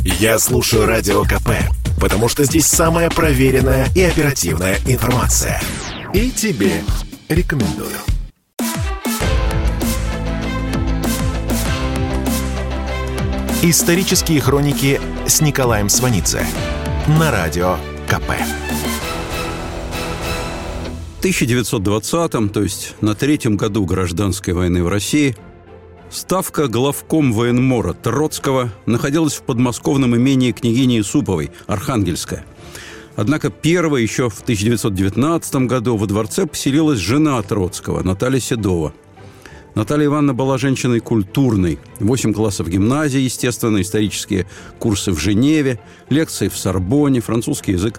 Я слушаю Радио КП, потому что здесь самая проверенная и оперативная информация. И тебе рекомендую. Исторические хроники с Николаем Сванидзе на Радио КП. В 1920-м, то есть на третьем году гражданской войны в России, ставка главком военмора Троцкого находилась в подмосковном имении княгини Юсуповой, Архангельская. Однако первой еще в 1919 году во дворце поселилась жена Троцкого, Наталья Седова. Наталья Ивановна была женщиной культурной. 8 классов гимназии, естественно, исторические курсы в Женеве, лекции в Сорбонне, французский язык.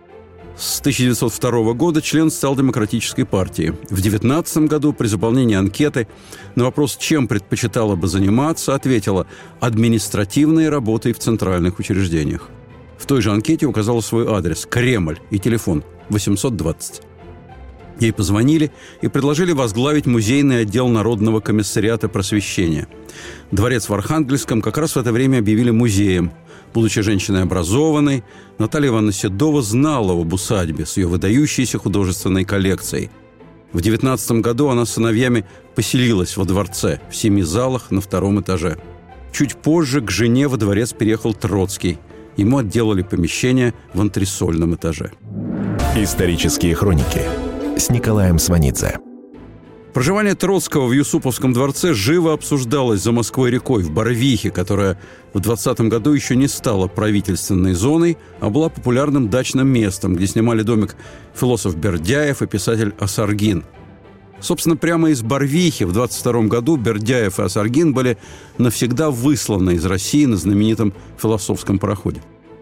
С 1902 года член Социал-демократической партии. В 1919 году при заполнении анкеты на вопрос, чем предпочитала бы заниматься, ответила: административной работой в центральных учреждениях. В той же анкете указала свой адрес – Кремль и телефон 820. Ей позвонили и предложили возглавить музейный отдел Народного комиссариата просвещения. Дворец в Архангельском как раз в это время объявили музеем. Будучи женщиной образованной, Наталья Ивановна Седова знала об усадьбе с ее выдающейся художественной коллекцией. В 19 году она с сыновьями поселилась во дворце в 7 залах на 2 этаже. Чуть позже к жене во дворец переехал Троцкий. Ему отделали помещение в антресольном этаже. Исторические хроники с Николаем Сванидзе. Проживание Троцкого в Юсуповском дворце живо обсуждалось за Москвой-рекой в Барвихе, которая в 20 году еще не стала правительственной зоной, а была популярным дачным местом, где снимали домик философ Бердяев и писатель Осаргин. Собственно, прямо из Барвихи в 22 году Бердяев и Осаргин были навсегда высланы из России на знаменитом философском пароходе.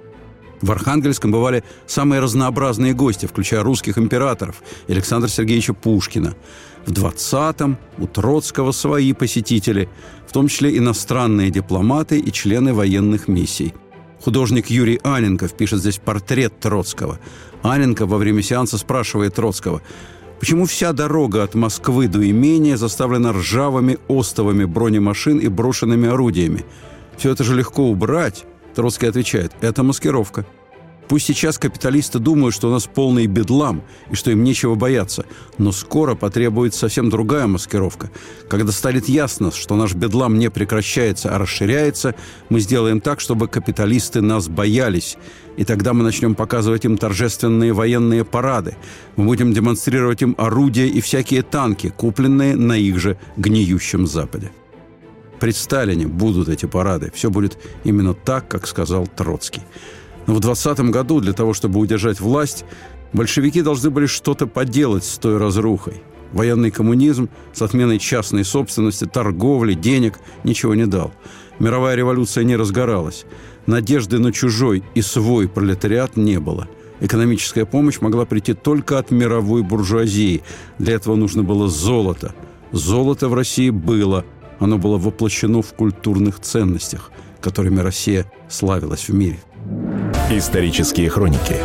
В Архангельском бывали самые разнообразные гости, включая русских императоров Александра Сергеевича Пушкина. В 20-м у Троцкого свои посетители, в том числе иностранные дипломаты и члены военных миссий. Художник Юрий Анненков пишет здесь портрет Троцкого. Анненков во время сеанса спрашивает Троцкого: почему вся дорога от Москвы до имения заставлена ржавыми остовами бронемашин и брошенными орудиями? Все это же легко убрать. Троцкий отвечает: это маскировка. Пусть сейчас капиталисты думают, что у нас полный бедлам и что им нечего бояться, но скоро потребуется совсем другая маскировка. Когда станет ясно, что наш бедлам не прекращается, а расширяется, мы сделаем так, чтобы капиталисты нас боялись. И тогда мы начнем показывать им торжественные военные парады. Мы будем демонстрировать им орудия и всякие танки, купленные на их же гниющем Западе. При Сталине будут эти парады. Все будет именно так, как сказал Троцкий. Но в 20 году для того, чтобы удержать власть, большевики должны были что-то поделать с той разрухой. Военный коммунизм с отменой частной собственности, торговли, денег ничего не дал. Мировая революция не разгоралась. Надежды на чужой и свой пролетариат не было. Экономическая помощь могла прийти только от мировой буржуазии. Для этого нужно было золото. Золото в России было. Оно было воплощено в культурных ценностях, которыми Россия славилась в мире. Исторические хроники.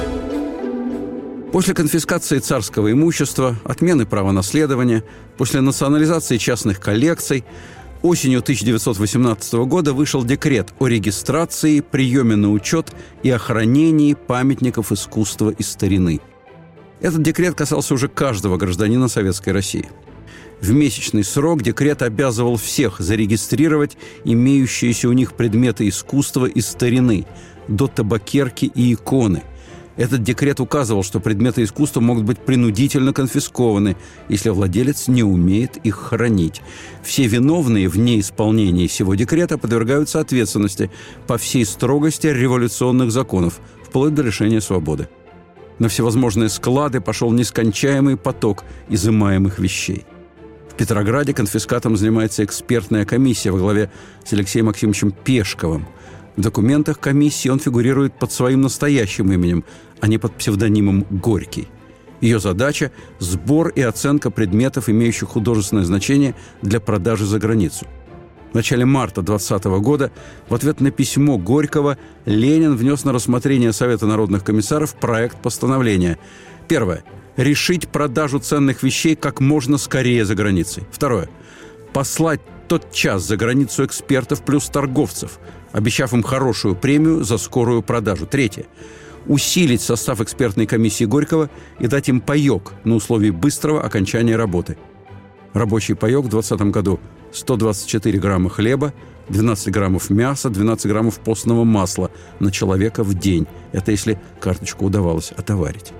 После конфискации царского имущества, отмены права наследования, после национализации частных коллекций, осенью 1918 года вышел декрет о регистрации, приеме на учет и охранении памятников искусства и старины. Этот декрет касался уже каждого гражданина Советской России. В месячный срок декрет обязывал всех зарегистрировать имеющиеся у них предметы искусства и старины, до табакерки и иконы. Этот декрет указывал, что предметы искусства могут быть принудительно конфискованы, если владелец не умеет их хранить. Все виновные в неисполнении сего декрета подвергаются ответственности по всей строгости революционных законов, вплоть до лишения свободы. На всевозможные склады пошел нескончаемый поток изымаемых вещей. В Петрограде конфискатом занимается экспертная комиссия во главе с Алексеем Максимовичем Пешковым. В документах комиссии он фигурирует под своим настоящим именем, а не под псевдонимом Горький. Ее задача – сбор и оценка предметов, имеющих художественное значение для продажи за границу. В начале марта 2020 года в ответ на письмо Горького Ленин внес на рассмотрение Совета народных комиссаров проект постановления. Первое. Решить продажу ценных вещей как можно скорее за границей. Второе. послать тотчас за границу экспертов плюс торговцев, обещав им хорошую премию за скорую продажу. Третье. Усилить состав экспертной комиссии Горького и дать им паёк на условии быстрого окончания работы. Рабочий паёк в 2020 году 124 грамма хлеба, 12 граммов мяса, 12 граммов постного масла на человека в день. Это если карточку удавалось отоварить.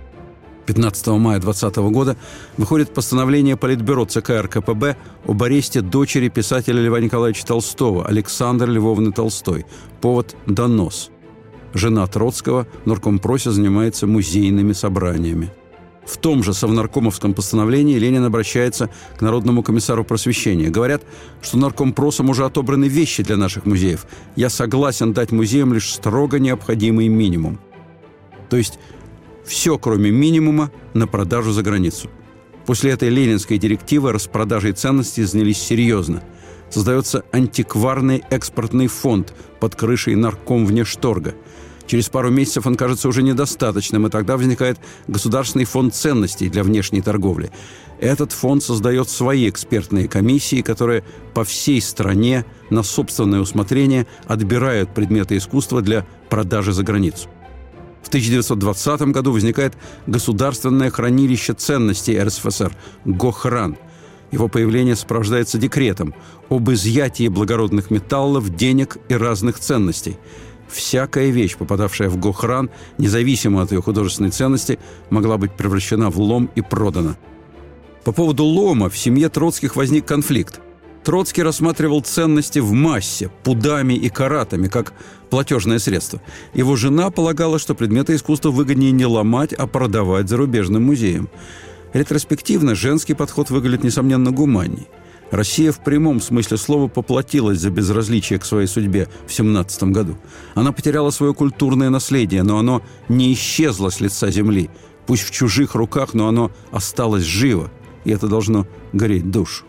15 мая 2020 года выходит постановление Политбюро ЦК РКПБ об аресте дочери писателя Льва Николаевича Толстого, Александры Львовны Толстой. Повод – донос. Жена Троцкого в наркомпросе занимается музейными собраниями. В том же совнаркомовском постановлении Ленин обращается к Народному комиссару просвещения. Говорят, что наркомпросом уже отобраны вещи для наших музеев. Я согласен дать музеям лишь строго необходимый минимум. То есть все, кроме минимума, на продажу за границу. После этой ленинской директивы распродажей ценностей занялись серьезно. Создается антикварный экспортный фонд под крышей Наркомвнешторга. Через пару месяцев он кажется уже недостаточным, и тогда возникает Государственный фонд ценностей для внешней торговли. Этот фонд создает свои экспертные комиссии, которые по всей стране на собственное усмотрение отбирают предметы искусства для продажи за границу. В 1920 году возникает Государственное хранилище ценностей РСФСР «Гохран». Его появление сопровождается декретом об изъятии благородных металлов, денег и разных ценностей. Всякая вещь, попадавшая в Гохран, независимо от ее художественной ценности, могла быть превращена в лом и продана. По поводу лома в семье Троцких возник конфликт. Троцкий рассматривал ценности в массе, пудами и каратами, как платежное средство. Его жена полагала, что предметы искусства выгоднее не ломать, а продавать зарубежным музеям. Ретроспективно женский подход выглядит, несомненно, гуманней. Россия в прямом смысле слова поплатилась за безразличие к своей судьбе в 1917 году. Она потеряла свое культурное наследие, но оно не исчезло с лица земли. Пусть в чужих руках, но оно осталось живо, и это должно греть душу.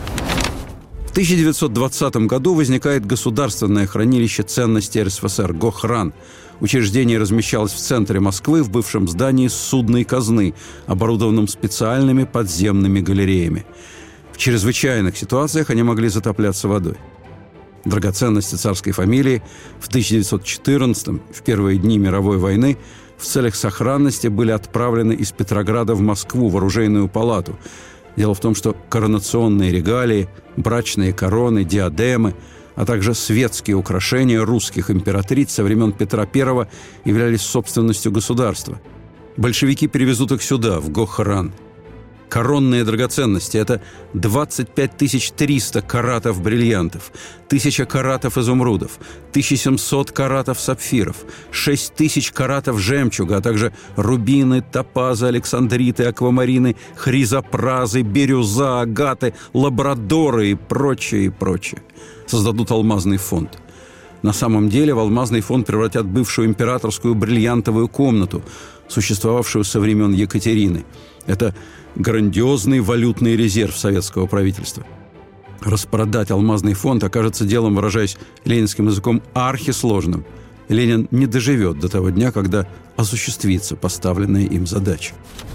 В 1920 году возникает Государственное хранилище ценностей РСФСР «Гохран». Учреждение размещалось в центре Москвы в бывшем здании судной казны, оборудованном специальными подземными галереями. В чрезвычайных ситуациях они могли затопляться водой. Драгоценности царской фамилии в 1914-м, в первые дни мировой войны, в целях сохранности были отправлены из Петрограда в Москву в оружейную палату. Дело в том, что коронационные регалии, брачные короны, диадемы, а также светские украшения русских императриц со времен Петра I являлись собственностью государства. Большевики перевезут их сюда, в Гохран. Коронные драгоценности – это 25 300 каратов бриллиантов, 1000 каратов изумрудов, 1700 каратов сапфиров, 6000 каратов жемчуга, а также рубины, топазы, александриты, аквамарины, хризопразы, бирюза, агаты, лабрадоры и прочее, и прочее. Создадут алмазный фонд. На самом деле в алмазный фонд превратят бывшую императорскую бриллиантовую комнату, существовавшую со времен Екатерины. Это грандиозный валютный резерв советского правительства. Распродать алмазный фонд окажется делом, выражаясь ленинским языком, архисложным. Ленин не доживет до того дня, когда осуществится поставленная им задача.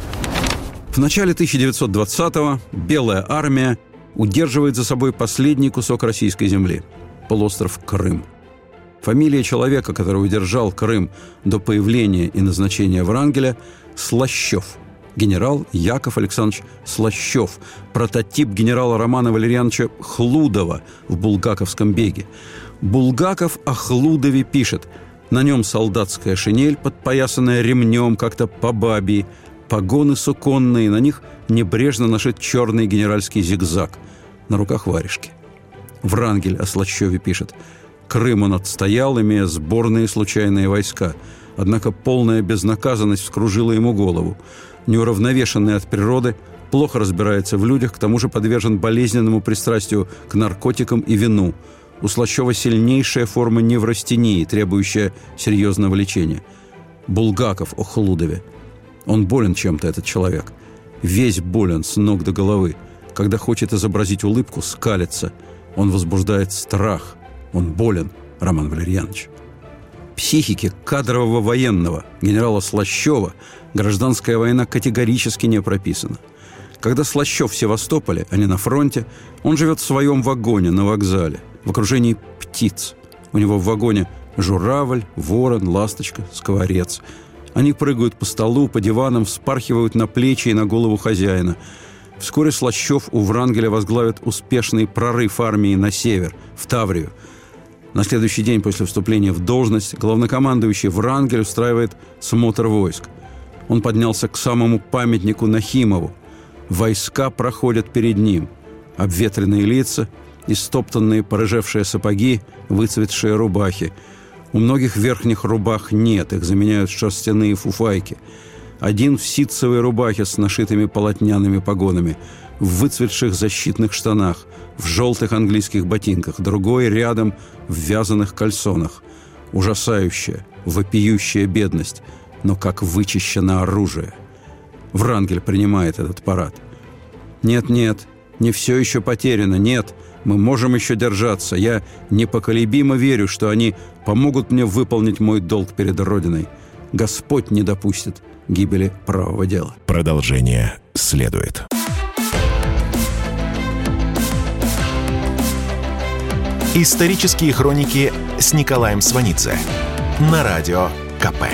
В начале 1920-го Белая армия удерживает за собой последний кусок российской земли – полуостров Крым. Фамилия человека, который удержал Крым до появления и назначения Врангеля – Слащев. Генерал Яков Александрович Слащев, прототип генерала Романа Валерьяновича Хлудова в «Булгаковском беге». Булгаков о Хлудове пишет: «На нем солдатская шинель, подпоясанная ремнем как-то по бабьи, погоны суконные, на них небрежно нашит черный генеральский зигзаг, на руках варежки». Врангель о Слащеве пишет: «Крым он отстоял, имея сборные случайные войска, однако полная безнаказанность вскружила ему голову. Неуравновешенный от природы, плохо разбирается в людях, к тому же подвержен болезненному пристрастию к наркотикам и вину. У Слащева сильнейшая форма неврастении, требующая серьезного лечения». Булгаков о Хлудове: «Он болен чем-то, этот человек. Весь болен с ног до головы. Когда хочет изобразить улыбку, скалится. Он возбуждает страх. Он болен, Роман Валерьянович». Психике кадрового военного генерала Слащева гражданская война категорически не прописана. Когда Слащев в Севастополе, а не на фронте, он живет в своем вагоне на вокзале, в окружении птиц. У него в вагоне журавль, ворон, ласточка, скворец. Они прыгают по столу, по диванам, вспархивают на плечи и на голову хозяина. Вскоре Слащев у Врангеля возглавит успешный прорыв армии на север, в Таврию. На следующий день после вступления в должность главнокомандующий Врангель устраивает смотр войск. Он поднялся к самому памятнику Нахимову. Войска проходят перед ним. Обветренные лица, истоптанные порыжевшие сапоги, выцветшие рубахи. У многих верхних рубах нет, их заменяют шерстяные фуфайки. Один в ситцевой рубахе с нашитыми полотняными погонами, в выцветших защитных штанах, в желтых английских ботинках, другой рядом в вязаных кальсонах. Ужасающая, вопиющая бедность, но как вычищено оружие. Врангель принимает этот парад. «Нет, не все еще потеряно, нет, мы можем еще держаться. Я непоколебимо верю, что они помогут мне выполнить мой долг перед Родиной. Господь не допустит гибели правого дела». Продолжение следует. Исторические хроники с Николаем Сванидзе на Радио КП.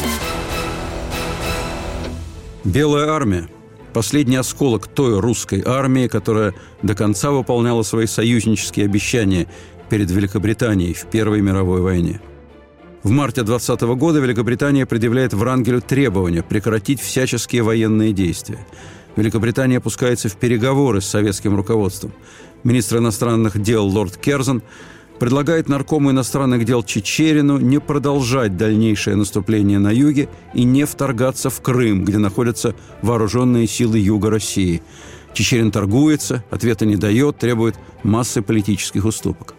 Белая армия – последний осколок той русской армии, которая до конца выполняла свои союзнические обещания перед Великобританией в Первой мировой войне. В марте 2020 года Великобритания предъявляет Врангелю требования прекратить всяческие военные действия. Великобритания опускается в переговоры с советским руководством. Министр иностранных дел лорд Керзон предлагает наркому иностранных дел Чичерину не продолжать дальнейшее наступление на юге и не вторгаться в Крым, где находятся вооруженные силы юга России. Чичерин торгуется, ответа не дает, требует массы политических уступок.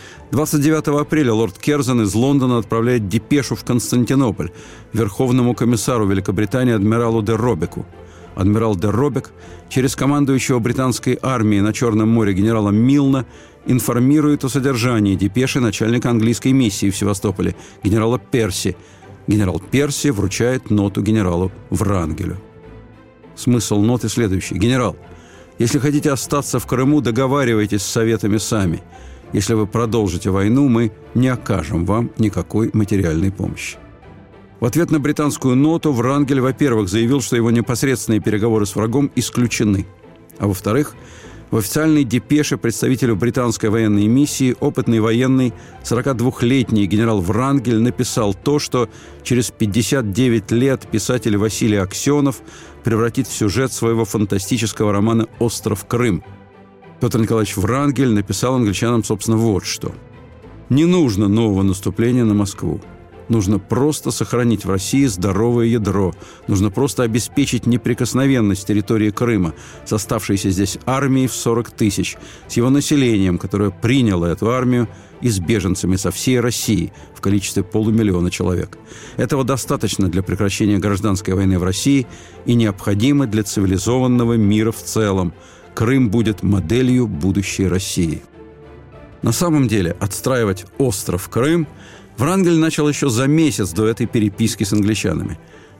29 апреля лорд Керзон из Лондона отправляет депешу в Константинополь верховному комиссару Великобритании адмиралу де Робеку. Адмирал де Робек через командующего британской армией на Черном море генерала Милна информирует о содержании депеши начальника английской миссии в Севастополе генерала Перси. Генерал Перси вручает ноту генералу Врангелю. Смысл ноты следующий. «Генерал, если хотите остаться в Крыму, договаривайтесь с советами сами. Если вы продолжите войну, мы не окажем вам никакой материальной помощи». В ответ на британскую ноту Врангель, во-первых, заявил, что его непосредственные переговоры с врагом исключены. А во-вторых, в официальной депеше представителю британской военной миссии опытный военный 42-летний генерал Врангель написал то, что через 59 лет писатель Василий Аксенов превратит в сюжет своего фантастического романа «Остров Крым». Петр Николаевич Врангель написал англичанам, собственно, вот что. «Не нужно нового наступления на Москву. Нужно просто сохранить в России здоровое ядро. Нужно просто обеспечить неприкосновенность территории Крыма с оставшейся здесь армией в 40 тысяч, с его населением, которое приняло эту армию, и с беженцами со всей России в количестве 500 000 человек. Этого достаточно для прекращения гражданской войны в России и необходимо для цивилизованного мира в целом. Крым будет моделью будущей России». На самом деле, отстраивать остров Крым Врангель начал еще за месяц до этой переписки с англичанами.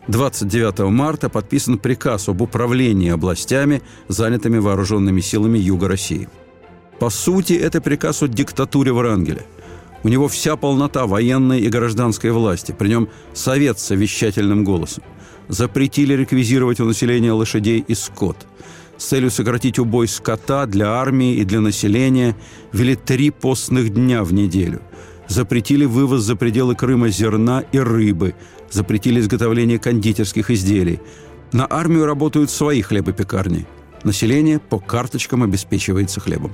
29 марта подписан приказ об управлении областями, занятыми вооруженными силами Юга России. По сути, это приказ о диктатуре Врангеля. У него вся полнота военной и гражданской власти, при нем совет с совещательным голосом. Запретили реквизировать у населения лошадей и скот. С целью сократить убой скота для армии и для населения ввели 3 постных дня в неделю. Запретили вывоз за пределы Крыма зерна и рыбы, запретили изготовление кондитерских изделий. На армию работают свои хлебопекарни. Население по карточкам обеспечивается хлебом.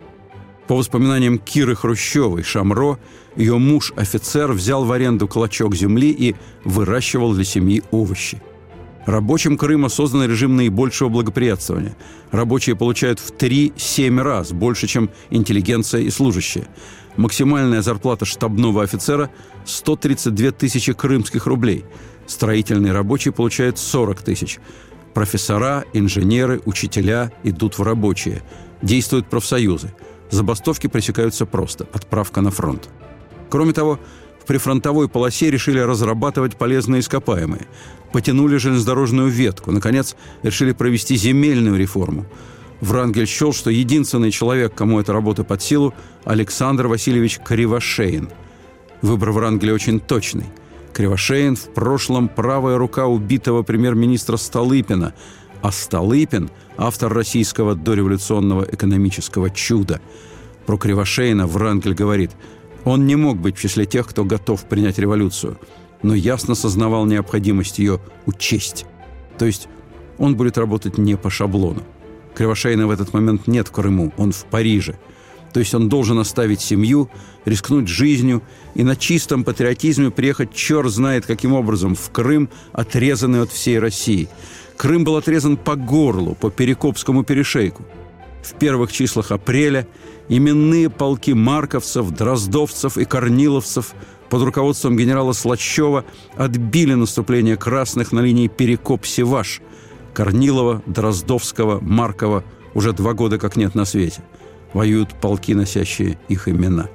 По воспоминаниям Киры Хрущевой, Шамро, ее муж-офицер взял в аренду клочок земли и выращивал для семьи овощи. Рабочим Крыма создан режим наибольшего благоприятствования. Рабочие получают в 3-7 раз больше, чем интеллигенция и служащие. Максимальная зарплата штабного офицера – 132 тысячи крымских рублей. Строительные рабочие получают 40 тысяч. Профессора, инженеры, учителя идут в рабочие. Действуют профсоюзы. Забастовки пресекаются просто – отправка на фронт. Кроме того, к прифронтовой полосе решили разрабатывать полезные ископаемые. Потянули железнодорожную ветку. Наконец, решили провести земельную реформу. Врангель счел, что единственный человек, кому эта работа под силу, Александр Васильевич Кривошеин. Выбор Врангеля очень точный. Кривошеин в прошлом правая рука убитого премьер-министра Столыпина, а Столыпин – автор российского дореволюционного экономического чуда. Про Кривошеина Врангель говорит: он не мог быть в числе тех, кто готов принять революцию, но ясно сознавал необходимость ее учесть. То есть он будет работать не по шаблону. Кривошеина в этот момент нет в Крыму, он в Париже. То есть он должен оставить семью, рискнуть жизнью и на чистом патриотизме приехать черт знает каким образом в Крым, отрезанный от всей России. Крым был отрезан по горлу, по Перекопскому перешейку. В первых числах апреля именные полки марковцев, дроздовцев и корниловцев под руководством генерала Слащева отбили наступление красных на линии Перекоп-Севаш. Корнилова, Дроздовского, Маркова уже 2 года как нет на свете. Воюют полки, носящие их имена.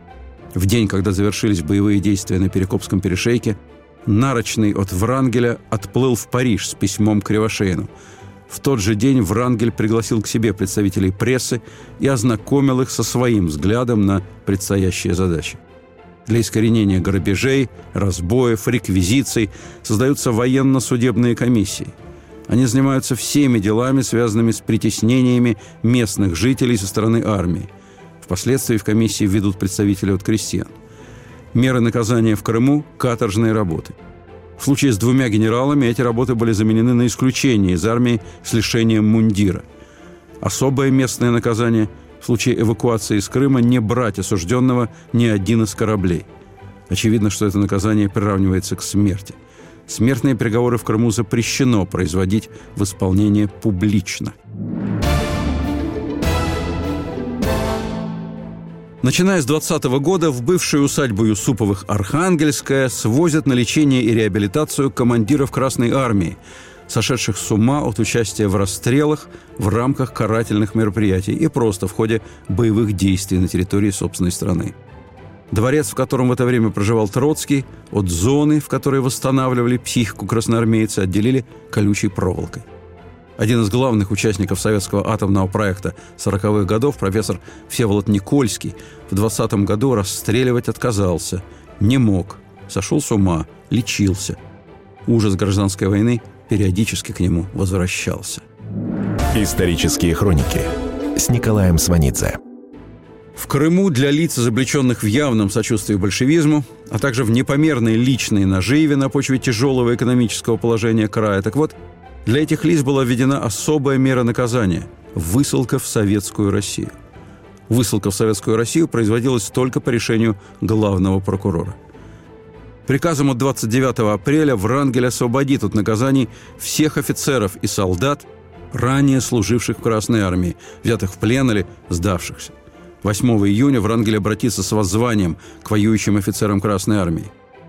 В день, когда завершились боевые действия на Перекопском перешейке, Нарочный от Врангеля отплыл в Париж с письмом к Кривошеину. В тот же день Врангель пригласил к себе представителей прессы и ознакомил их со своим взглядом на предстоящие задачи. Для искоренения грабежей, разбоев, реквизиций создаются военно-судебные комиссии. Они занимаются всеми делами, связанными с притеснениями местных жителей со стороны армии. Впоследствии в комиссии введут представителей от крестьян. Меры наказания в Крыму – каторжные работы. В случае с 2 генералами эти работы были заменены на исключение из армии с лишением мундира. Особое местное наказание – в случае эвакуации из Крыма не брать осужденного ни один из кораблей. Очевидно, что это наказание приравнивается к смерти. Смертные приговоры в Крыму запрещено производить в исполнение публично. Начиная с 2020 года в бывшую усадьбу Юсуповых Архангельская свозят на лечение и реабилитацию командиров Красной Армии, сошедших с ума от участия в расстрелах в рамках карательных мероприятий и просто в ходе боевых действий на территории собственной страны. Дворец, в котором в это время проживал Троцкий, от зоны, в которой восстанавливали психику красноармейца, отделили колючей проволокой. Один из главных участников советского атомного проекта 40-х годов, профессор Всеволод Никольский, в 20 году расстреливать отказался. Не мог. Сошел с ума. Лечился. Ужас гражданской войны периодически к нему возвращался. Исторические хроники с Николаем Сванидзе. В Крыму для лиц, изобличенных в явном сочувствии большевизму, а также в непомерной личной наживе на почве тяжелого экономического положения края, так вот, для этих лиц была введена особая мера наказания – высылка в Советскую Россию. Высылка в Советскую Россию производилась только по решению главного прокурора. Приказом от 29 апреля Врангель освободит от наказаний всех офицеров и солдат, ранее служивших в Красной армии, взятых в плен или сдавшихся. 8 июня Врангель обратится с воззванием к воюющим офицерам Красной армии.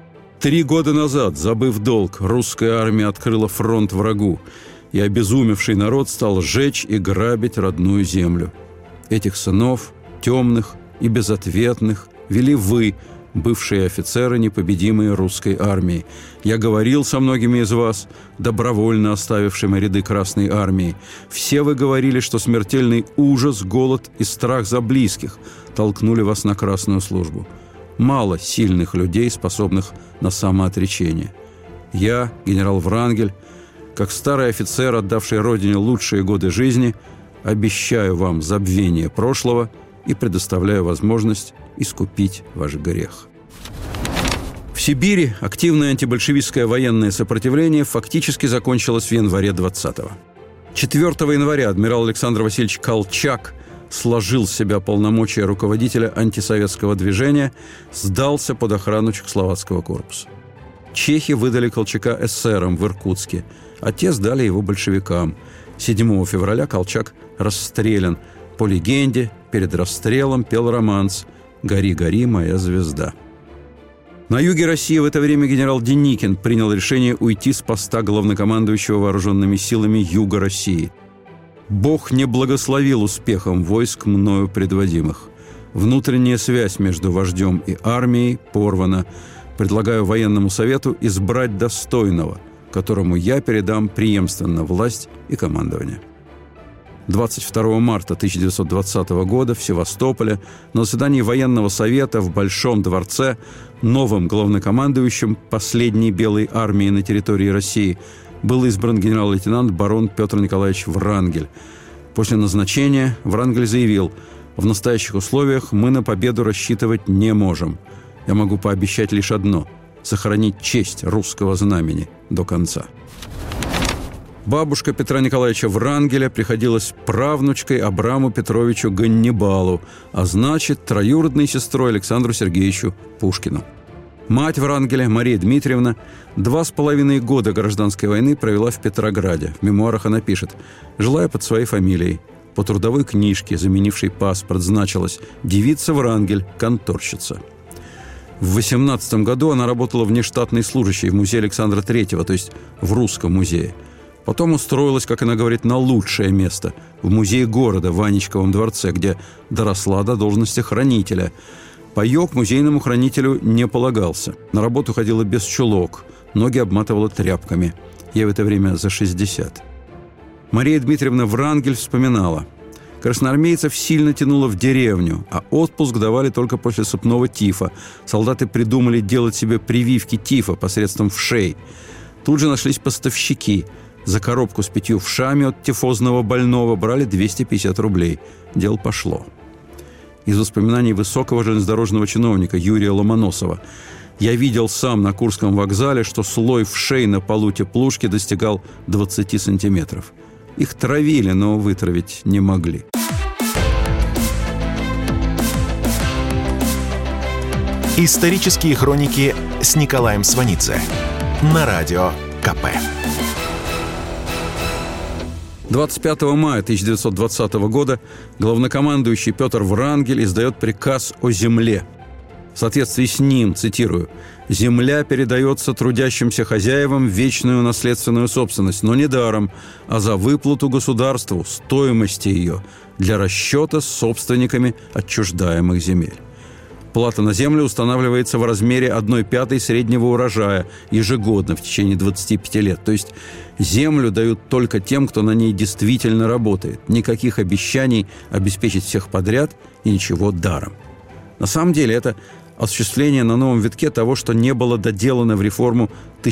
3 года назад, забыв долг, русская армия открыла фронт врагу, и обезумевший народ стал жечь и грабить родную землю. Этих сынов, темных и безответных, вели вы, бывшие офицеры непобедимой русской армии. Я говорил со многими из вас, добровольно оставившими ряды Красной армии. Все вы говорили, что смертельный ужас, голод и страх за близких толкнули вас на красную службу. Мало сильных людей, способных на самоотречение. Я, генерал Врангель, как старый офицер, отдавший Родине лучшие годы жизни, обещаю вам забвение прошлого и предоставляю возможность искупить ваш грех. В Сибири активное антибольшевистское военное сопротивление фактически закончилось в январе 20-го. 4 января адмирал Александр Васильевич Колчак сложил с себя полномочия руководителя антисоветского движения, сдался под охрану Чехословацкого корпуса. Чехи выдали Колчака эсерам в Иркутске, а те сдали его большевикам. 7 февраля Колчак расстрелян. По легенде, перед расстрелом пел романс «Гори, гори, моя звезда». На юге России в это время генерал Деникин принял решение уйти с поста главнокомандующего вооруженными силами Юга России. Бог не благословил успехом войск мною предводимых. Внутренняя связь между вождем и армией порвана. Предлагаю военному совету избрать достойного, которому я передам преемственно власть и командование». 22 марта 1920 года в Севастополе на заседании военного совета в Большом дворце новым главнокомандующим последней Белой армии на территории России был избран генерал-лейтенант барон Петр Николаевич Врангель. После назначения Врангель заявил: «В настоящих условиях мы на победу рассчитывать не можем. Я могу пообещать лишь одно – сохранить честь русского знамени до конца». Бабушка Петра Николаевича Врангеля приходилась правнучкой Абраму Петровичу Ганнибалу, а значит, троюродной сестрой Александру Сергеевичу Пушкину. Мать Врангеля, Мария Дмитриевна, 2,5 года гражданской войны провела в Петрограде. В мемуарах она пишет: «Жила я под своей фамилией. По трудовой книжке, заменившей паспорт, значилась девица Врангель, конторщица». В 18 году она работала внештатной служащей в музее Александра III, то есть в Русском музее. Потом устроилась, как она говорит, на лучшее место – в музей города в Анечковом дворце, где доросла до должности хранителя. Паёк музейному хранителю не полагался. На работу ходила без чулок, ноги обматывала тряпками. Ей в это время за 60. Мария Дмитриевна Врангель вспоминала: «Красноармейцев сильно тянуло в деревню, а отпуск давали только после сыпного тифа. Солдаты придумали делать себе прививки тифа посредством вшей. Тут же нашлись поставщики. За коробку с 5 вшами от тифозного больного брали 250 рублей. Дело пошло». Из воспоминаний высокого железнодорожного чиновника Юрия Ломоносова: «Я видел сам на Курском вокзале, что слой вшей на полу теплушки достигал 20 сантиметров. Их травили, но вытравить не могли». Исторические хроники с Николаем Сванидзе на Радио КП. 25 мая 1920 года главнокомандующий Петр Врангель издает приказ о земле. В соответствии с ним, цитирую: «Земля передается трудящимся хозяевам в вечную наследственную собственность, но не даром, а за выплату государству стоимости ее для расчета с собственниками отчуждаемых земель. Плата на землю устанавливается в размере 1/5 среднего урожая ежегодно в течение 25 лет. То есть землю дают только тем, кто на ней действительно работает. Никаких обещаний обеспечить всех подряд и ничего даром». На самом деле это осуществление на новом витке того, что не было доделано в реформу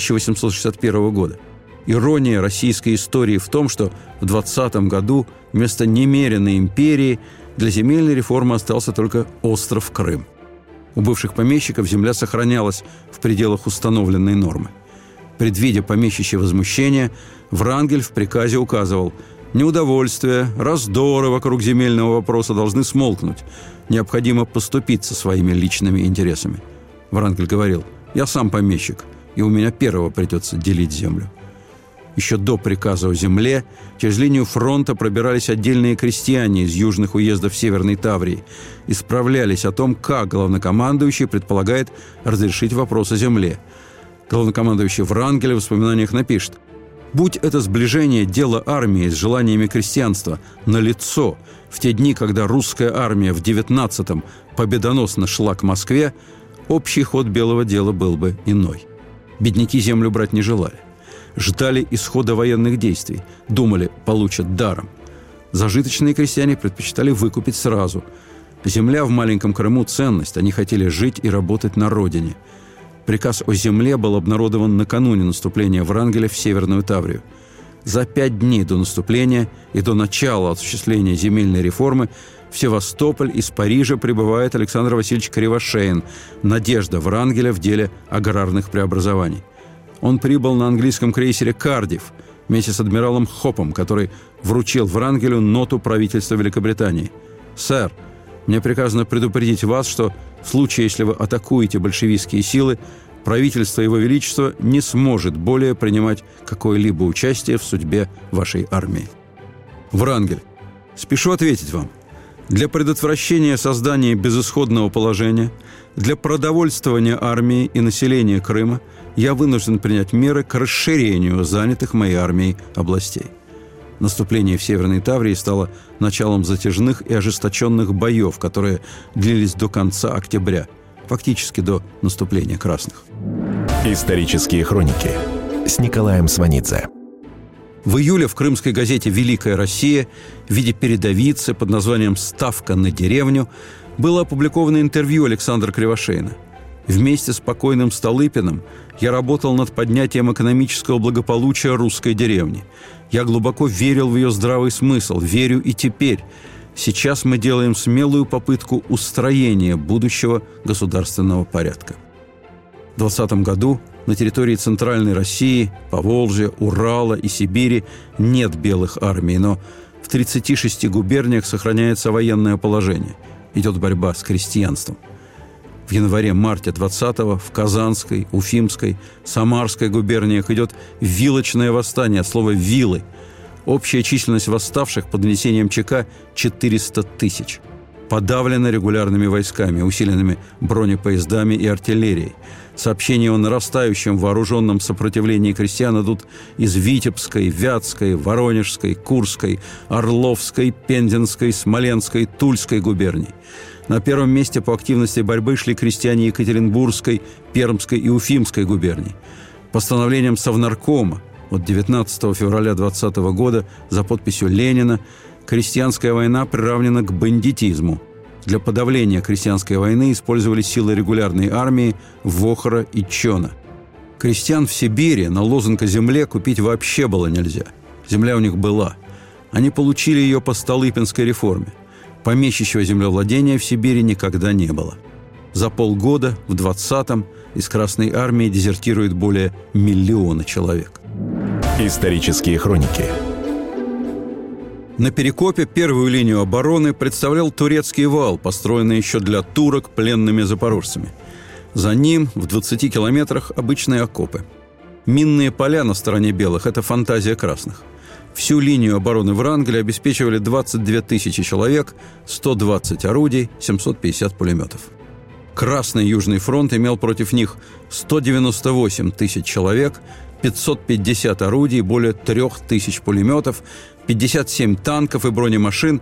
1861 года. Ирония российской истории в том, что в 20 году вместо немеренной империи для земельной реформы остался только остров Крым. У бывших помещиков земля сохранялась в пределах установленной нормы. Предвидя помещичье возмущение, Врангель в приказе указывал: «Неудовольствие, раздоры вокруг земельного вопроса должны смолкнуть. Необходимо поступиться своими личными интересами». Врангель говорил: «Я сам помещик, и у меня первого придется делить землю». Еще до приказа о земле через линию фронта пробирались отдельные крестьяне из южных уездов Северной Таврии и справлялись о том, как главнокомандующий предполагает разрешить вопрос о земле. Главнокомандующий Врангель в воспоминаниях напишет: «Будь это сближение дела армии с желаниями крестьянства налицо в те дни, когда русская армия в 19-м победоносно шла к Москве, общий ход белого дела был бы иной. Бедняки землю брать не желали. Ждали исхода военных действий, думали, получат даром. Зажиточные крестьяне предпочитали выкупить сразу. Земля в маленьком Крыму – ценность, они хотели жить и работать на родине». Приказ о земле был обнародован накануне наступления Врангеля в Северную Таврию. За 5 дней до наступления и до начала осуществления земельной реформы в Севастополь из Парижа прибывает Александр Васильевич Кривошеин, надежда Врангеля в деле аграрных преобразований. Он прибыл на английском крейсере «Кардифф» вместе с адмиралом Хопом, который вручил Врангелю ноту правительства Великобритании. «Сэр, мне приказано предупредить вас, что в случае, если вы атакуете большевистские силы, правительство Его Величества не сможет более принимать какое-либо участие в судьбе вашей армии». Врангель: «Спешу ответить вам. Для предотвращения создания безысходного положения, для продовольствования армии и населения Крыма я вынужден принять меры к расширению занятых моей армией областей». Наступление в Северной Таврии стало началом затяжных и ожесточенных боев, которые длились до конца октября, фактически до наступления красных. Исторические хроники с Николаем Сванидзе. В июле в крымской газете «Великая Россия» в виде передовицы под названием «Ставка на деревню» было опубликовано интервью Александра Кривошеина. Вместе с покойным Столыпиным я работал над поднятием экономического благополучия русской деревни. Я глубоко верил в ее здравый смысл, верю и теперь. Сейчас мы делаем смелую попытку устроения будущего государственного порядка. В 2020 году на территории Центральной России, Поволжья, Урала и Сибири нет белых армий, но в 36 губерниях сохраняется военное положение. Идет борьба с крестьянством. В январе-марте 20-го в Казанской, Уфимской, Самарской губерниях идет вилочное восстание, от слова «вилы». Общая численность восставших под нанесением ЧК – 400 тысяч. Подавлено регулярными войсками, усиленными бронепоездами и артиллерией. Сообщения о нарастающем вооруженном сопротивлении крестьян идут из Витебской, Вятской, Воронежской, Курской, Орловской, Пензенской, Смоленской, Тульской губерний. На первом месте по активности борьбы шли крестьяне Екатеринбургской, Пермской и Уфимской губерний. Постановлением Совнаркома от 19 февраля 2020 года за подписью Ленина крестьянская война приравнена к бандитизму. Для подавления крестьянской войны использовали силы регулярной армии Вохора и Чона. Крестьян в Сибири на лозунг о земле купить вообще было нельзя. Земля у них была. Они получили ее по Столыпинской реформе. Помещичьего землевладения в Сибири никогда не было. За полгода, в 20-м, из Красной армии дезертирует более 1 миллиона человек. Исторические хроники. На Перекопе первую линию обороны представлял турецкий вал, построенный еще для турок пленными запорожцами. За ним в 20 километрах обычные окопы. Минные поля на стороне белых – это фантазия красных. Всю линию обороны Врангеля обеспечивали 22 тысячи человек, 120 орудий, 750 пулеметов. Красный Южный фронт имел против них 198 тысяч человек, 550 орудий, более 3000 пулеметов, 57 танков и бронемашин,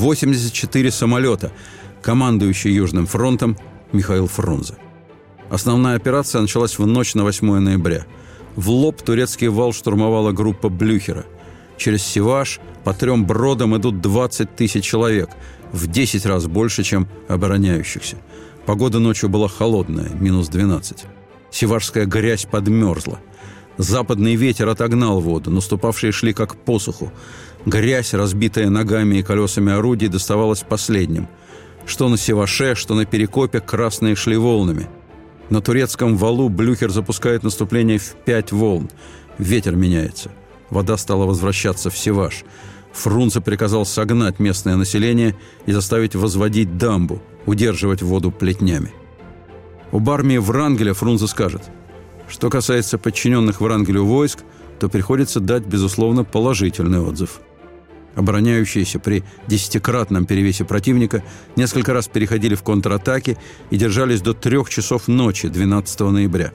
84 самолета. Командующий Южным фронтом Михаил Фрунзе. Основная операция началась в ночь на 8 ноября. В лоб турецкий вал штурмовала группа Блюхера. Через Севаш по 3 бродам идут 20 тысяч человек, в 10 раз больше, чем обороняющихся. Погода ночью была холодная, минус 12. Севашская грязь подмерзла. Западный ветер отогнал воду, наступавшие шли как по суху. Грязь, разбитая ногами и колесами орудий, доставалась последним. Что на Севаше, что на Перекопе красные шли волнами. На турецком валу Блюхер запускает наступление в 5 волн. Ветер меняется. Вода стала возвращаться в Севаш. Фрунзе приказал согнать местное население и заставить возводить дамбу, удерживать воду плетнями. Об армии Врангеля Фрунзе скажет: что касается подчиненных Врангелю войск, то приходится дать, безусловно, положительный отзыв. Обороняющиеся при 10-кратном перевесе противника несколько раз переходили в контратаки и держались до 3 часов ночи 12 ноября.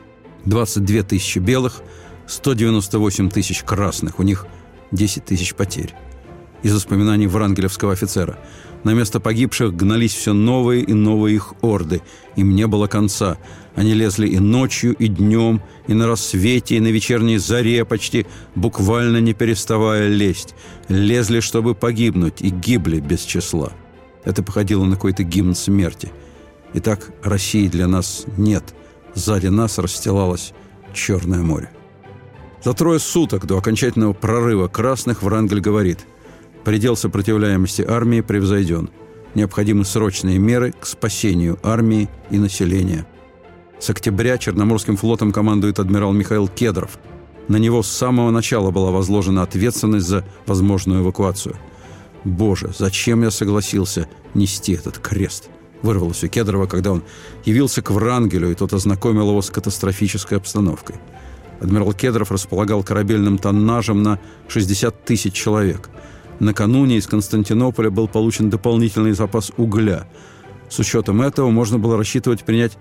22 тысячи белых, 198 тысяч красных, у них 10 тысяч потерь. Из воспоминаний врангелевского офицера: на место погибших гнались все новые и новые их орды. Им не было конца. Они лезли и ночью, и днем, и на рассвете, и на вечерней заре, почти буквально не переставая лезть. Лезли, чтобы погибнуть, и гибли без числа. Это походило на какой-то гимн смерти. Итак, России для нас нет. Сзади нас расстилалось Черное море. За 3 суток до окончательного прорыва красных Врангель говорит: предел сопротивляемости армии превзойден. Необходимы срочные меры к спасению армии и населения. С октября Черноморским флотом командует адмирал Михаил Кедров. На него с самого начала была возложена ответственность за возможную эвакуацию. «Боже, зачем я согласился нести этот крест?» вырвалось у Кедрова, когда он явился к Врангелю, и тот ознакомил его с катастрофической обстановкой. Адмирал Кедров располагал корабельным тоннажем на 60 тысяч человек. Накануне из Константинополя был получен дополнительный запас угля. С учетом этого можно было рассчитывать принять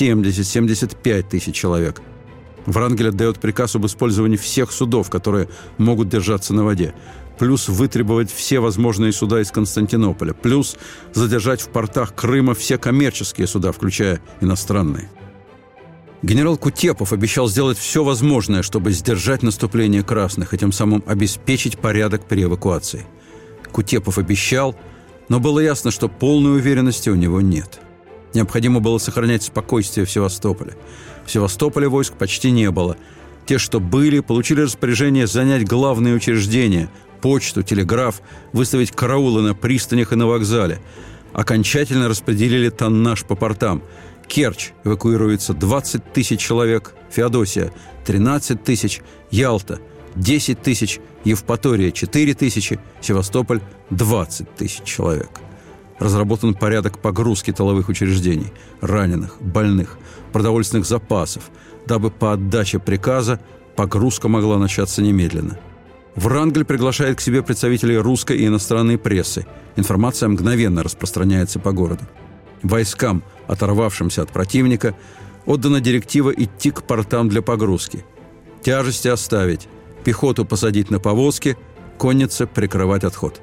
70-75 тысяч человек. Врангель отдает приказ об использовании всех судов, которые могут держаться на воде. плюс вытребовать все возможные суда из Константинополя, плюс задержать в портах Крыма все коммерческие суда, включая иностранные. Генерал Кутепов обещал сделать все возможное, чтобы сдержать наступление красных и тем самым обеспечить порядок при эвакуации. Кутепов обещал, но было ясно, что полной уверенности у него нет. Необходимо было сохранять спокойствие в Севастополе. В Севастополе войск почти не было. Те, что были, получили распоряжение занять главные учреждения – почту, телеграф, выставить караулы на пристанях и на вокзале. Окончательно распределили тоннаж по портам. Керчь эвакуируется 20 тысяч человек, Феодосия – 13 тысяч, Ялта – 10 тысяч, Евпатория – 4 тысячи, Севастополь – 20 тысяч человек. Разработан порядок погрузки тыловых учреждений, раненых, больных, продовольственных запасов, дабы по отдаче приказа погрузка могла начаться немедленно. Врангель приглашает к себе представителей русской и иностранной прессы. Информация мгновенно распространяется по городу. Войскам, оторвавшимся от противника, отдана директива идти к портам для погрузки. Тяжести оставить, пехоту посадить на повозки, коннице прикрывать отход.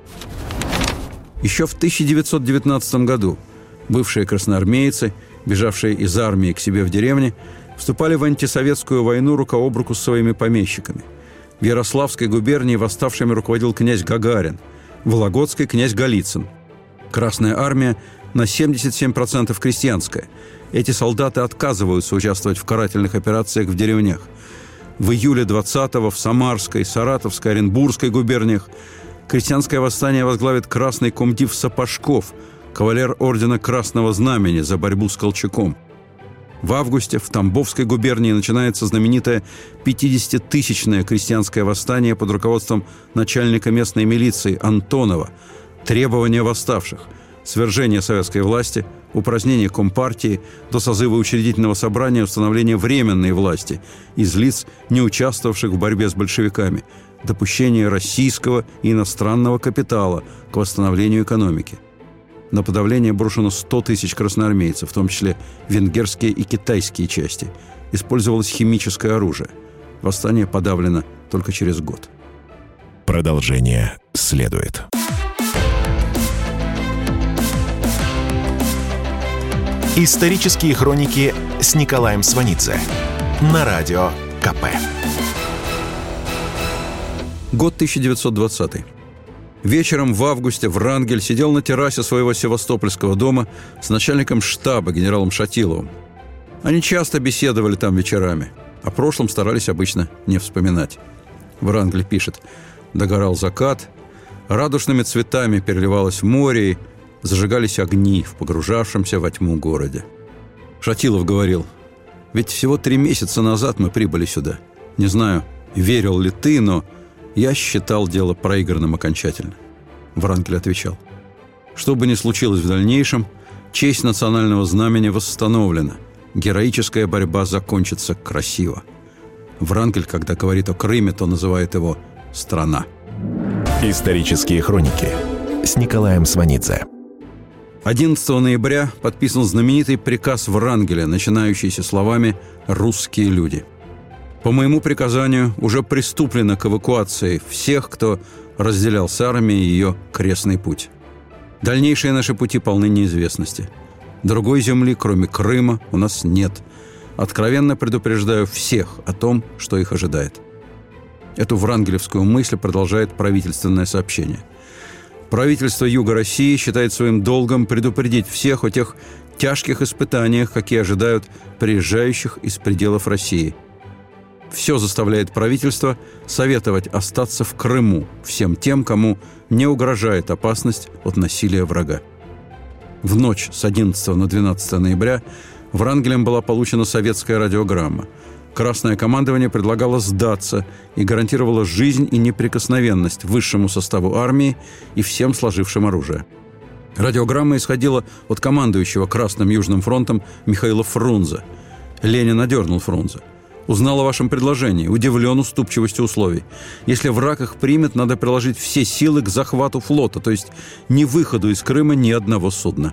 Еще в 1919 году бывшие красноармейцы, бежавшие из армии к себе в деревне, вступали в антисоветскую войну рука об руку с своими помещиками. В Ярославской губернии восставшими руководил князь Гагарин, в Вологодской – князь Голицын. Красная армия на 77% крестьянская. Эти солдаты отказываются участвовать в карательных операциях в деревнях. В июле 20-го в Самарской, Саратовской, Оренбургской губерниях крестьянское восстание возглавит красный комдив Сапожков, кавалер ордена Красного Знамени за борьбу с Колчаком. В августе в Тамбовской губернии начинается знаменитое 50-тысячное крестьянское восстание под руководством начальника местной милиции Антонова. Требования восставших – свержение советской власти, упразднение Компартии, до созыва учредительного собрания установление временной власти из лиц, не участвовавших в борьбе с большевиками, допущение российского и иностранного капитала к восстановлению экономики. На подавление брошено 100 тысяч красноармейцев, в том числе венгерские и китайские части. Использовалось химическое оружие. Восстание подавлено только через год. Продолжение следует. Исторические хроники с Николаем Сванидзе на Радио КП. Год 1920. Вечером в августе Врангель сидел на террасе своего севастопольского дома с начальником штаба генералом Шатиловым. Они часто беседовали там вечерами. О прошлом старались обычно не вспоминать. Врангель пишет: «Догорал закат, радужными цветами переливалось море, и зажигались огни в погружавшемся во тьму городе». Шатилов говорил: «Ведь всего 3 месяца назад мы прибыли сюда. Не знаю, верил ли ты, но я считал дело проигранным окончательно». Врангель отвечал: «Что бы ни случилось в дальнейшем, честь национального знамени восстановлена. Героическая борьба закончится красиво». Врангель, когда говорит о Крыме, то называет его «страна». Исторические хроники с Николаем Сванидзе. 11 ноября подписан знаменитый приказ Врангеля, начинающийся словами «русские люди». По моему приказанию уже приступлено к эвакуации всех, кто разделял с армией ее крестный путь. Дальнейшие наши пути полны неизвестности. Другой земли, кроме Крыма, у нас нет. Откровенно предупреждаю всех о том, что их ожидает. Эту врангелевскую мысль продолжает правительственное сообщение. Правительство Юга России считает своим долгом предупредить всех о тех тяжких испытаниях, какие ожидают приезжающих из пределов России. Все заставляет правительство советовать остаться в Крыму всем тем, кому не угрожает опасность от насилия врага. В ночь с 11 на 12 ноября Врангелем была получена советская радиограмма. Красное командование предлагало сдаться и гарантировало жизнь и неприкосновенность высшему составу армии и всем сложившим оружие. Радиограмма исходила от командующего Красным Южным фронтом Михаила Фрунзе. Ленин одернул Фрунзе. «Узнал о вашем предложении, удивлен уступчивостью условий. Если враг их примет, надо приложить все силы к захвату флота, то есть не выходу из Крыма ни одного судна».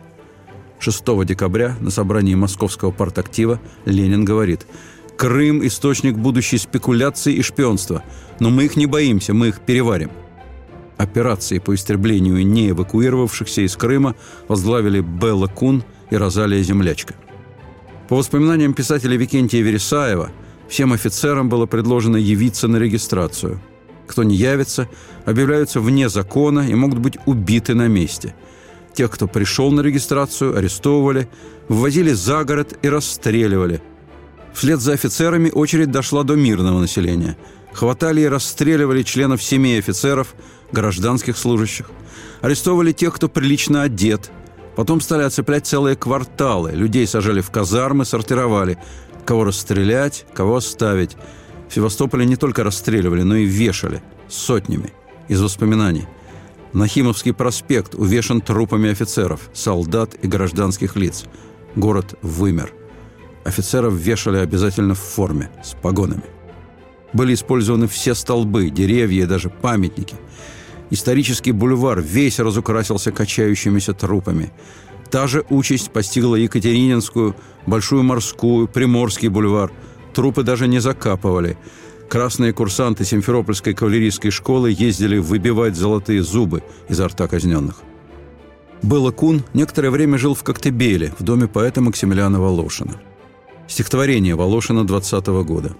6 декабря на собрании Московского партактива Ленин говорит: «Крым – источник будущей спекуляции и шпионства, но мы их не боимся, мы их переварим». Операции по истреблению не эвакуировавшихся из Крыма возглавили Белла Кун и Розалия Землячка. По воспоминаниям писателя Викентия Вересаева, всем офицерам было предложено явиться на регистрацию. Кто не явится, объявляются вне закона и могут быть убиты на месте. Тех, кто пришел на регистрацию, арестовывали, ввозили за город и расстреливали. Вслед за офицерами очередь дошла до мирного населения. Хватали и расстреливали членов семей офицеров, гражданских служащих. Арестовывали тех, кто прилично одет. Потом стали оцеплять целые кварталы. Людей сажали в казармы, сортировали. Кого расстрелять, кого оставить. В Севастополе не только расстреливали, но и вешали. Сотнями. Из воспоминаний. Нахимовский проспект увешан трупами офицеров, солдат и гражданских лиц. Город вымер. Офицеров вешали обязательно в форме, с погонами. Были использованы все столбы, деревья и даже памятники. Исторический бульвар весь разукрасился качающимися трупами. Та же участь постигла Екатерининскую, Большую Морскую, Приморский бульвар. Трупы даже не закапывали. Красные курсанты Симферопольской кавалерийской школы ездили выбивать золотые зубы изо рта казненных. Белла Кун некоторое время жил в Коктебеле, в доме поэта Максимилиана Волошина. Стихотворение Волошина 20-го года.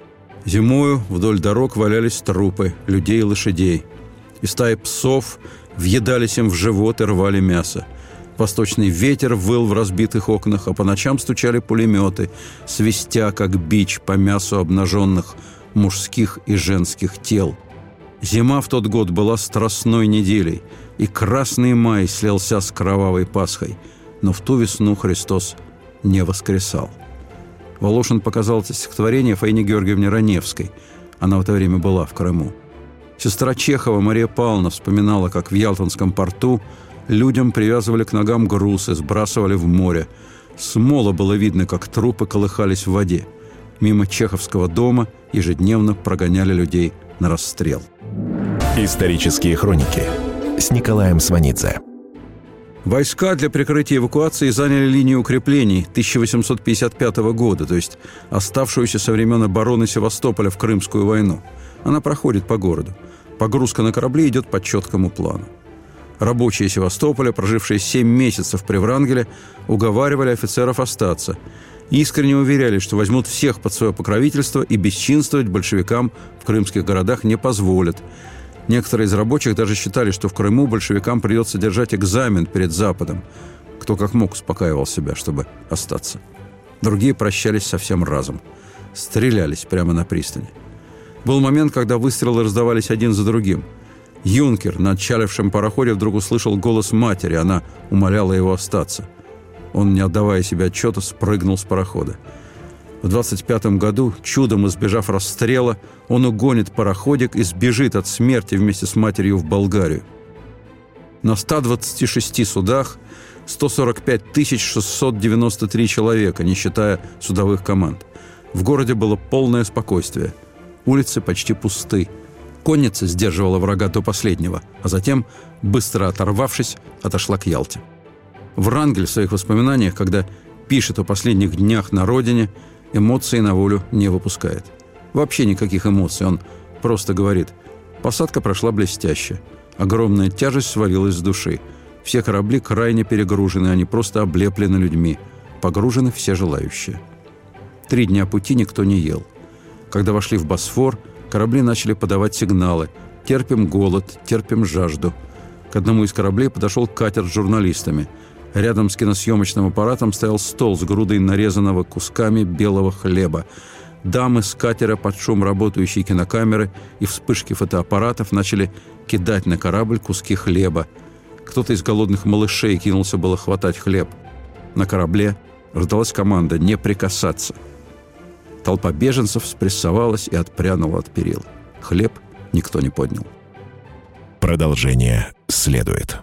Зимою вдоль дорог валялись трупы людей и лошадей. И стаи псов въедались им в живот и рвали мясо. Восточный ветер выл в разбитых окнах, а по ночам стучали пулеметы, свистя, как бич, по мясу обнаженных мужских и женских тел. Зима в тот год была страстной неделей, и красный май слился с кровавой Пасхой, но в ту весну Христос не воскресал. Волошин показал это стихотворение Фаине Георгиевне Раневской. Она в это время была в Крыму. Сестра Чехова Мария Павловна вспоминала, как в Ялтинском порту людям привязывали к ногам груз и сбрасывали в море. С мола было видно, как трупы колыхались в воде. Мимо чеховского дома ежедневно прогоняли людей на расстрел. Исторические хроники с Николаем Сванидзе. Войска для прикрытия эвакуации заняли линию укреплений 1855 года, то есть оставшуюся со времен обороны Севастополя в Крымскую войну. Она проходит по городу. Погрузка на корабли идет по четкому плану. Рабочие Севастополя, прожившие 7 месяцев при Врангеле, уговаривали офицеров остаться. Искренне уверяли, что возьмут всех под свое покровительство и бесчинствовать большевикам в крымских городах не позволят. Некоторые из рабочих даже считали, что в Крыму большевикам придется держать экзамен перед Западом. Кто как мог успокаивал себя, чтобы остаться. Другие прощались совсем разом. Стрелялись прямо на пристани. Был момент, когда выстрелы раздавались один за другим. Юнкер на отчалившем пароходе вдруг услышал голос матери. Она умоляла его остаться. Он, не отдавая себе отчета, спрыгнул с парохода. В 25-м году, чудом избежав расстрела, он угонит пароходик и сбежит от смерти вместе с матерью в Болгарию. На 126 судах 145 693 человека, не считая судовых команд. В городе было полное спокойствие. Улицы почти пусты. Конница сдерживала врага до последнего, а затем, быстро оторвавшись, отошла к Ялте. Врангель в своих воспоминаниях, когда пишет о последних днях на родине, эмоции на волю не выпускает. Вообще никаких эмоций. Он просто говорит: посадка прошла блестяще. Огромная тяжесть свалилась с души. Все корабли крайне перегружены, они просто облеплены людьми. Погружены все желающие. 3 дня пути никто не ел. Когда вошли в Босфор, корабли начали подавать сигналы: терпим голод, терпим жажду. К одному из кораблей подошел катер с журналистами. Рядом с киносъемочным аппаратом стоял стол с грудой нарезанного кусками белого хлеба. Дамы с катера под шум работающей кинокамеры и вспышки фотоаппаратов начали кидать на корабль куски хлеба. Кто-то из голодных малышей кинулся было хватать хлеб. На корабле раздалась команда «не прикасаться». Толпа беженцев спрессовалась и отпрянула от перил. Хлеб никто не поднял. Продолжение следует.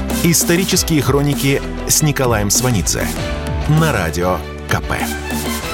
Исторические хроники с Николаем Сванидзе на радио КП.